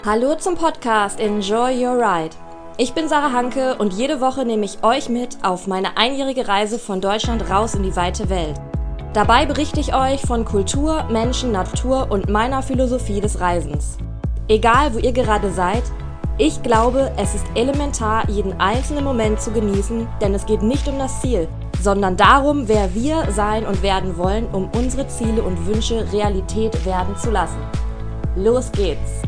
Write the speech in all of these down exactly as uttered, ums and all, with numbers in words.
Hallo zum Podcast Enjoy Your Ride. Ich bin Sarah Hanke und jede Woche nehme ich euch mit auf meine einjährige Reise von Deutschland raus in die weite Welt. Dabei berichte ich euch von Kultur, Menschen, Natur und meiner Philosophie des Reisens. Egal, wo ihr gerade seid, ich glaube, es ist elementar, jeden einzelnen Moment zu genießen, denn es geht nicht um das Ziel, sondern darum, wer wir sein und werden wollen, um unsere Ziele und Wünsche Realität werden zu lassen. Los geht's!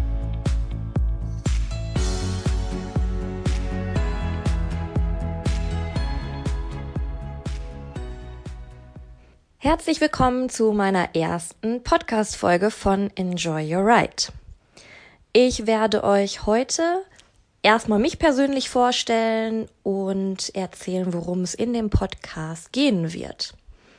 Herzlich willkommen zu meiner ersten Podcast-Folge von Enjoy Your Ride. Ich werde euch heute erstmal mich persönlich vorstellen und erzählen, worum es in dem Podcast gehen wird.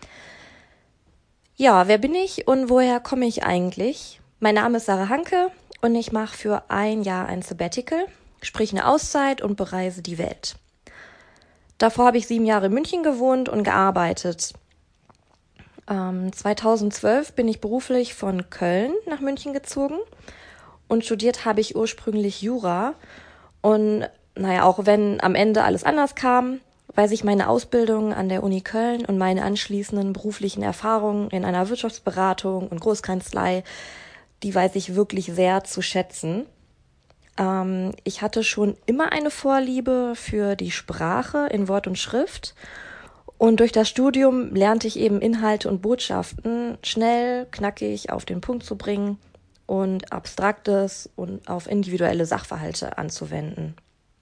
Ja, wer bin ich und woher komme ich eigentlich? Mein Name ist Sarah Hanke und ich mache für ein Jahr ein Sabbatical, sprich eine Auszeit und bereise die Welt. Davor habe ich sieben Jahre in München gewohnt und gearbeitet. Ähm, zweitausendzwölf bin ich beruflich von Köln nach München gezogen und studiert habe ich ursprünglich Jura. Und naja, auch wenn am Ende alles anders kam, weiß ich meine Ausbildung an der Uni Köln und meine anschließenden beruflichen Erfahrungen in einer Wirtschaftsberatung und Großkanzlei, die weiß ich wirklich sehr zu schätzen. Ähm, ich hatte schon immer eine Vorliebe für die Sprache in Wort und Schrift. Und durch das Studium lernte ich eben Inhalte und Botschaften schnell, knackig auf den Punkt zu bringen und Abstraktes und auf individuelle Sachverhalte anzuwenden.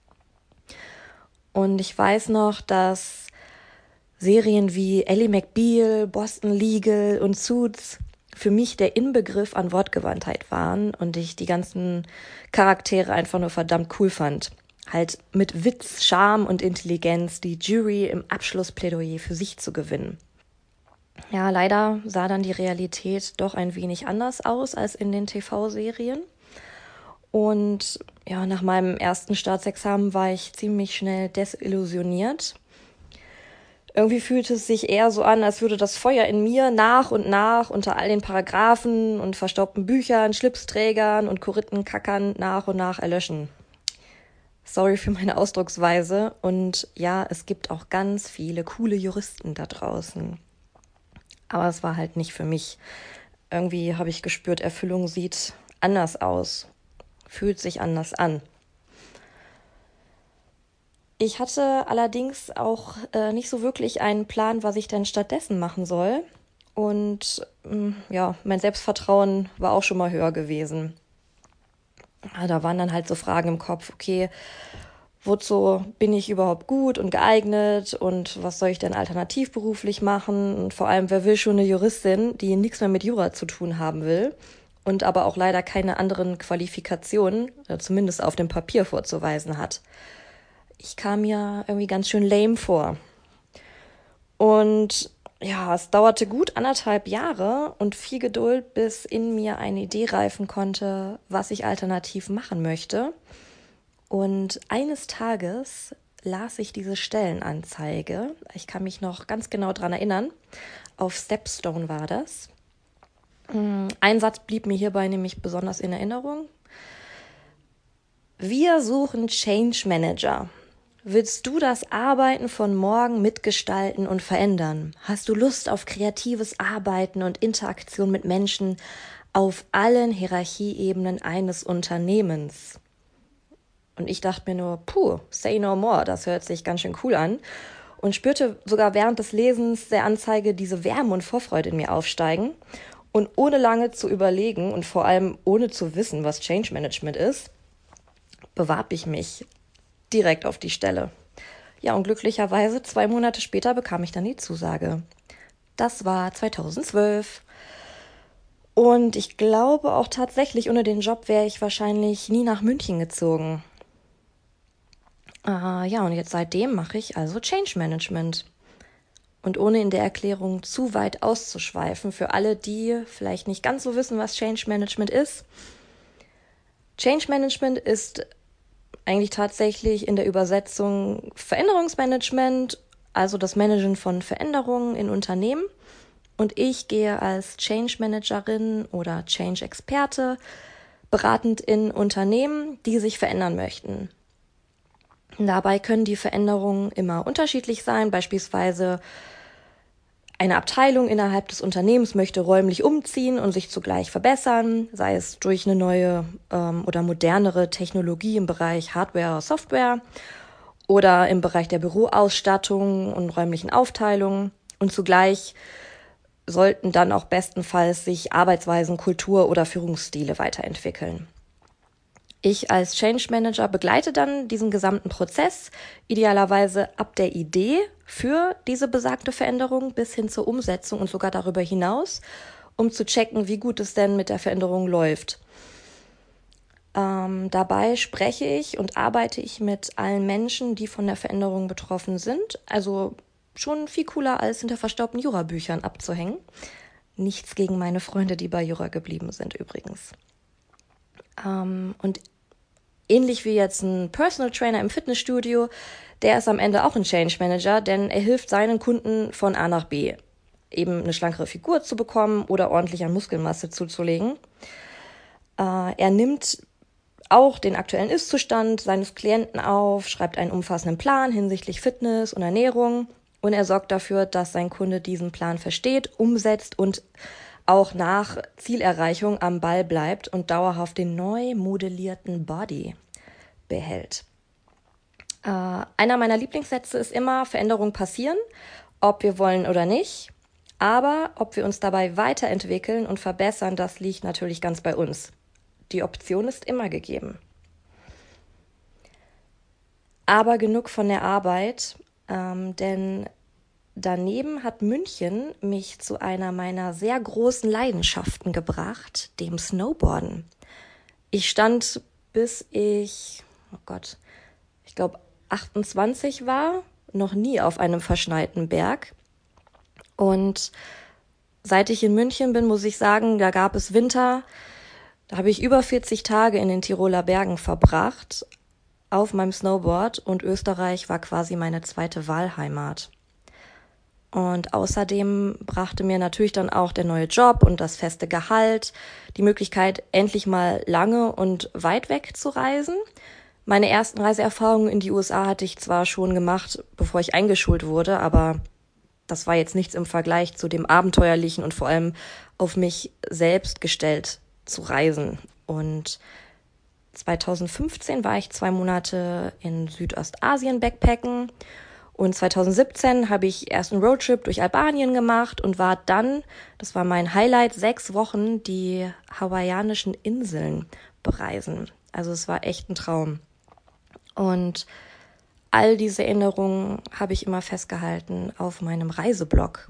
Und ich weiß noch, dass Serien wie Ally McBeal, Boston Legal und Suits für mich der Inbegriff an Wortgewandtheit waren und ich die ganzen Charaktere einfach nur verdammt cool fand. Halt mit Witz, Charme und Intelligenz die Jury im Abschlussplädoyer für sich zu gewinnen. Ja, leider sah dann die Realität doch ein wenig anders aus als in den T V-Serien. Und ja, nach meinem ersten Staatsexamen war ich ziemlich schnell desillusioniert. Irgendwie fühlte es sich eher so an, als würde das Feuer in mir nach und nach unter all den Paragraphen und verstaubten Büchern, Schlipsträgern und Korinthenkacker'n nach und nach erlöschen. Sorry für meine Ausdrucksweise. Und ja, es gibt auch ganz viele coole Juristen da draußen. Aber es war halt nicht für mich. Irgendwie habe ich gespürt, Erfüllung sieht anders aus, fühlt sich anders an. Ich hatte allerdings auch äh, nicht so wirklich einen Plan, was ich denn stattdessen machen soll. Und mh, ja, mein Selbstvertrauen war auch schon mal höher gewesen. Ja, da waren dann halt so Fragen im Kopf, okay, wozu bin ich überhaupt gut und geeignet und was soll ich denn alternativ beruflich machen? Und vor allem, wer will schon eine Juristin, die nichts mehr mit Jura zu tun haben will und aber auch leider keine anderen Qualifikationen, zumindest auf dem Papier vorzuweisen hat. Ich kam mir irgendwie ganz schön lame vor. Und ja, es dauerte gut anderthalb Jahre und viel Geduld, bis in mir eine Idee reifen konnte, was ich alternativ machen möchte. Und eines Tages las ich diese Stellenanzeige. Ich kann mich noch ganz genau dran erinnern. Auf Stepstone war das. Ein Satz blieb mir hierbei nämlich besonders in Erinnerung. Wir suchen Change Manager. Willst du das Arbeiten von morgen mitgestalten und verändern? Hast du Lust auf kreatives Arbeiten und Interaktion mit Menschen auf allen Hierarchieebenen eines Unternehmens? Und ich dachte mir nur, puh, say no more, das hört sich ganz schön cool an. Und spürte sogar während des Lesens der Anzeige diese Wärme und Vorfreude in mir aufsteigen. Und ohne lange zu überlegen und vor allem ohne zu wissen, was Change Management ist, bewarb ich mich direkt auf die Stelle. Ja, und glücklicherweise zwei Monate später bekam ich dann die Zusage. Das war zweitausendzwölf. Und ich glaube auch tatsächlich, ohne den Job wäre ich wahrscheinlich nie nach München gezogen. Ah, ja, und jetzt seitdem mache ich also Change Management. Und ohne in der Erklärung zu weit auszuschweifen, für alle, die vielleicht nicht ganz so wissen, was Change Management ist. Change Management ist eigentlich tatsächlich in der Übersetzung Veränderungsmanagement, also das Managen von Veränderungen in Unternehmen. Und ich gehe als Change Managerin oder Change Experte beratend in Unternehmen, die sich verändern möchten. Dabei können die Veränderungen immer unterschiedlich sein, beispielsweise eine Abteilung innerhalb des Unternehmens möchte räumlich umziehen und sich zugleich verbessern, sei es durch eine neue ähm, oder modernere Technologie im Bereich Hardware, Software oder im Bereich der Büroausstattung und räumlichen Aufteilung. Und zugleich sollten dann auch bestenfalls sich Arbeitsweisen, Kultur oder Führungsstile weiterentwickeln. Ich als Change Manager begleite dann diesen gesamten Prozess, idealerweise ab der Idee für diese besagte Veränderung bis hin zur Umsetzung und sogar darüber hinaus, um zu checken, wie gut es denn mit der Veränderung läuft. Ähm, dabei spreche ich und arbeite ich mit allen Menschen, die von der Veränderung betroffen sind. Also schon viel cooler, als hinter verstaubten Jurabüchern abzuhängen. Nichts gegen meine Freunde, die bei Jura geblieben sind übrigens. Ähm, und ähnlich wie jetzt ein Personal Trainer im Fitnessstudio, der ist am Ende auch ein Change Manager, denn er hilft seinen Kunden von A nach B, eben eine schlankere Figur zu bekommen oder ordentlich an Muskelmasse zuzulegen. Äh, er nimmt auch den aktuellen Ist-Zustand seines Klienten auf, schreibt einen umfassenden Plan hinsichtlich Fitness und Ernährung und er sorgt dafür, dass sein Kunde diesen Plan versteht, umsetzt und auch nach Zielerreichung am Ball bleibt und dauerhaft den neu modellierten Body behält. Äh, einer meiner Lieblingssätze ist immer, Veränderungen passieren, ob wir wollen oder nicht. Aber ob wir uns dabei weiterentwickeln und verbessern, das liegt natürlich ganz bei uns. Die Option ist immer gegeben. Aber genug von der Arbeit, ähm, denn daneben hat München mich zu einer meiner sehr großen Leidenschaften gebracht, dem Snowboarden. Ich stand, bis ich, oh Gott, ich glaube achtundzwanzig war, noch nie auf einem verschneiten Berg. Und seit ich in München bin, muss ich sagen, da gab es Winter, da habe ich über vierzig Tage in den Tiroler Bergen verbracht auf meinem Snowboard und Österreich war quasi meine zweite Wahlheimat. Und außerdem brachte mir natürlich dann auch der neue Job und das feste Gehalt, die Möglichkeit, endlich mal lange und weit weg zu reisen. Meine ersten Reiseerfahrungen in die U S A hatte ich zwar schon gemacht, bevor ich eingeschult wurde, aber das war jetzt nichts im Vergleich zu dem Abenteuerlichen und vor allem auf mich selbst gestellt zu reisen. Und zweitausendfünfzehn war ich zwei Monate in Südostasien backpacken. Und zweitausendsiebzehn habe ich erst einen Roadtrip durch Albanien gemacht und war dann, das war mein Highlight, sechs Wochen die hawaiianischen Inseln bereisen. Also es war echt ein Traum. Und all diese Erinnerungen habe ich immer festgehalten auf meinem Reiseblog.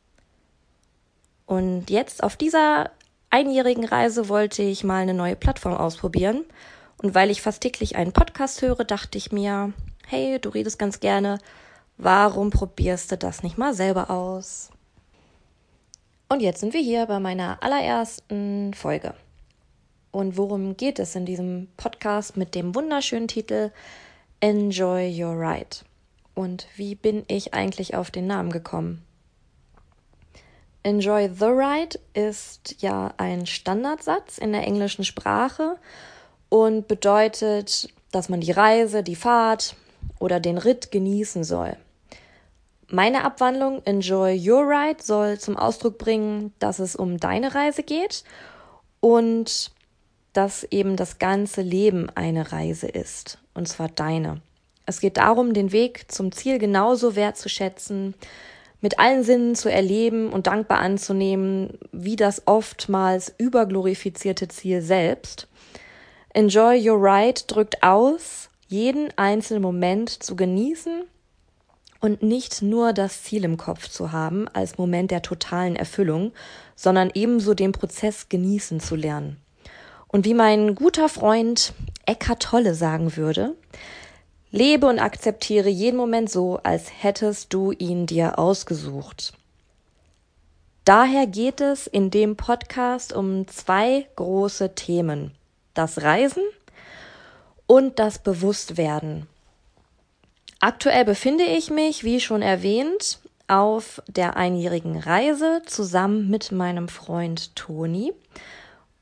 Und jetzt auf dieser einjährigen Reise wollte ich mal eine neue Plattform ausprobieren. Und weil ich fast täglich einen Podcast höre, dachte ich mir, hey, du redest ganz gerne, warum probierst du das nicht mal selber aus? Und jetzt sind wir hier bei meiner allerersten Folge. Und worum geht es in diesem Podcast mit dem wunderschönen Titel Enjoy Your Ride? Und wie bin ich eigentlich auf den Namen gekommen? Enjoy the Ride ist ja ein Standardsatz in der englischen Sprache und bedeutet, dass man die Reise, die Fahrt oder den Ritt genießen soll. Meine Abwandlung Enjoy Your Ride soll zum Ausdruck bringen, dass es um deine Reise geht und dass eben das ganze Leben eine Reise ist, und zwar deine. Es geht darum, den Weg zum Ziel genauso wertzuschätzen, mit allen Sinnen zu erleben und dankbar anzunehmen, wie das oftmals überglorifizierte Ziel selbst. Enjoy Your Ride drückt aus, jeden einzelnen Moment zu genießen und nicht nur das Ziel im Kopf zu haben als Moment der totalen Erfüllung, sondern ebenso den Prozess genießen zu lernen. Und wie mein guter Freund Eckhart Tolle sagen würde, lebe und akzeptiere jeden Moment so, als hättest du ihn dir ausgesucht. Daher geht es in dem Podcast um zwei große Themen: das Reisen und das Bewusstwerden. Aktuell befinde ich mich, wie schon erwähnt, auf der einjährigen Reise zusammen mit meinem Freund Toni.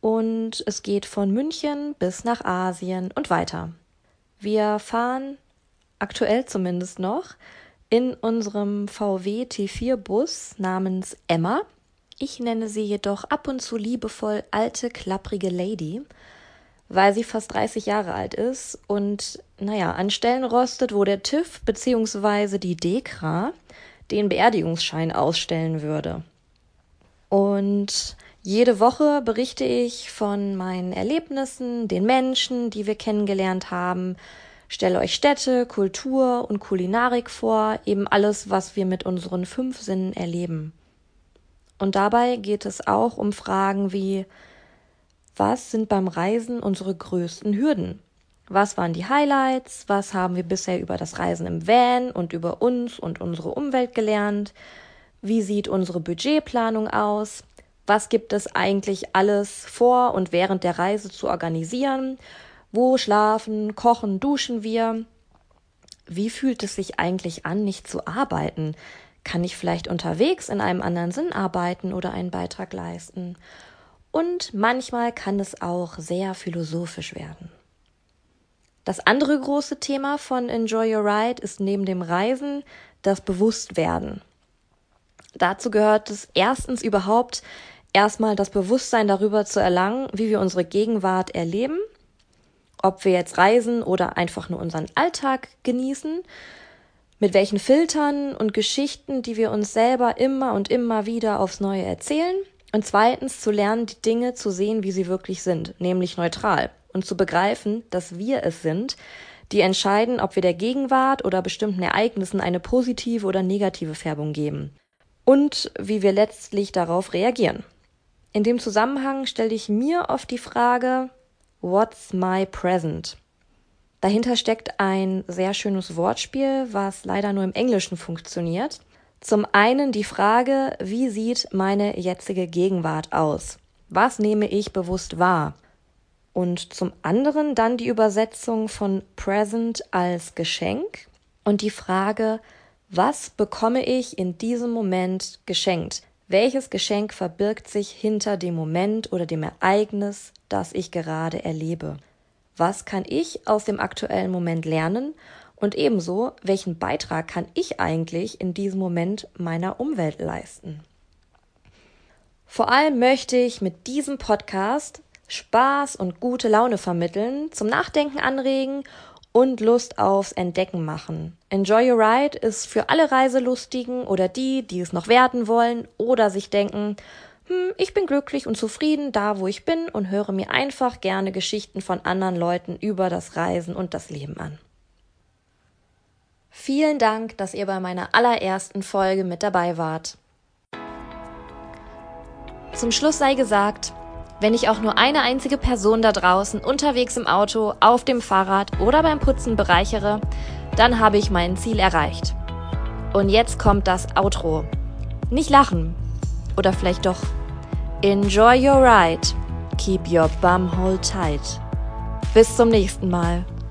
und es geht von München bis nach Asien und weiter. Wir fahren aktuell zumindest noch in unserem V W T vier Bus namens Emma. Ich nenne sie jedoch ab und zu liebevoll alte, klapprige Lady, weil sie fast dreißig Jahre alt ist und, naja, an Stellen rostet, wo der TÜV bzw. die DEKRA den Beerdigungsschein ausstellen würde. Und jede Woche berichte ich von meinen Erlebnissen, den Menschen, die wir kennengelernt haben, stelle euch Städte, Kultur und Kulinarik vor, eben alles, was wir mit unseren fünf Sinnen erleben. Und dabei geht es auch um Fragen wie: Was sind beim Reisen unsere größten Hürden? Was waren die Highlights? Was haben wir bisher über das Reisen im Van und über uns und unsere Umwelt gelernt? Wie sieht unsere Budgetplanung aus? Was gibt es eigentlich alles vor und während der Reise zu organisieren? Wo schlafen, kochen, duschen wir? Wie fühlt es sich eigentlich an, nicht zu arbeiten? Kann ich vielleicht unterwegs in einem anderen Sinn arbeiten oder einen Beitrag leisten? Und manchmal kann es auch sehr philosophisch werden. Das andere große Thema von Enjoy Your Ride ist neben dem Reisen das Bewusstwerden. Dazu gehört es erstens überhaupt erstmal das Bewusstsein darüber zu erlangen, wie wir unsere Gegenwart erleben, ob wir jetzt reisen oder einfach nur unseren Alltag genießen, mit welchen Filtern und Geschichten, die wir uns selber immer und immer wieder aufs Neue erzählen. Und zweitens zu lernen, die Dinge zu sehen, wie sie wirklich sind, nämlich neutral. Und zu begreifen, dass wir es sind, die entscheiden, ob wir der Gegenwart oder bestimmten Ereignissen eine positive oder negative Färbung geben. Und wie wir letztlich darauf reagieren. In dem Zusammenhang stelle ich mir oft die Frage: What's my present? Dahinter steckt ein sehr schönes Wortspiel, was leider nur im Englischen funktioniert. Zum einen die Frage: Wie sieht meine jetzige Gegenwart aus? Was nehme ich bewusst wahr? Und zum anderen dann die Übersetzung von present als Geschenk und die Frage: Was bekomme ich in diesem Moment geschenkt? Welches Geschenk verbirgt sich hinter dem Moment oder dem Ereignis, das ich gerade erlebe? Was kann ich aus dem aktuellen Moment lernen? Und ebenso, welchen Beitrag kann ich eigentlich in diesem Moment meiner Umwelt leisten? Vor allem möchte ich mit diesem Podcast Spaß und gute Laune vermitteln, zum Nachdenken anregen und Lust aufs Entdecken machen. Enjoy Your Ride ist für alle Reiselustigen oder die, die es noch werden wollen oder sich denken: hm, ich bin glücklich und zufrieden da, wo ich bin, und höre mir einfach gerne Geschichten von anderen Leuten über das Reisen und das Leben an. Vielen Dank, dass ihr bei meiner allerersten Folge mit dabei wart. Zum Schluss sei gesagt: Wenn ich auch nur eine einzige Person da draußen unterwegs im Auto, auf dem Fahrrad oder beim Putzen bereichere, dann habe ich mein Ziel erreicht. Und jetzt kommt das Outro. Nicht lachen. Oder vielleicht doch. Enjoy your ride. Keep your bum hole tight. Bis zum nächsten Mal.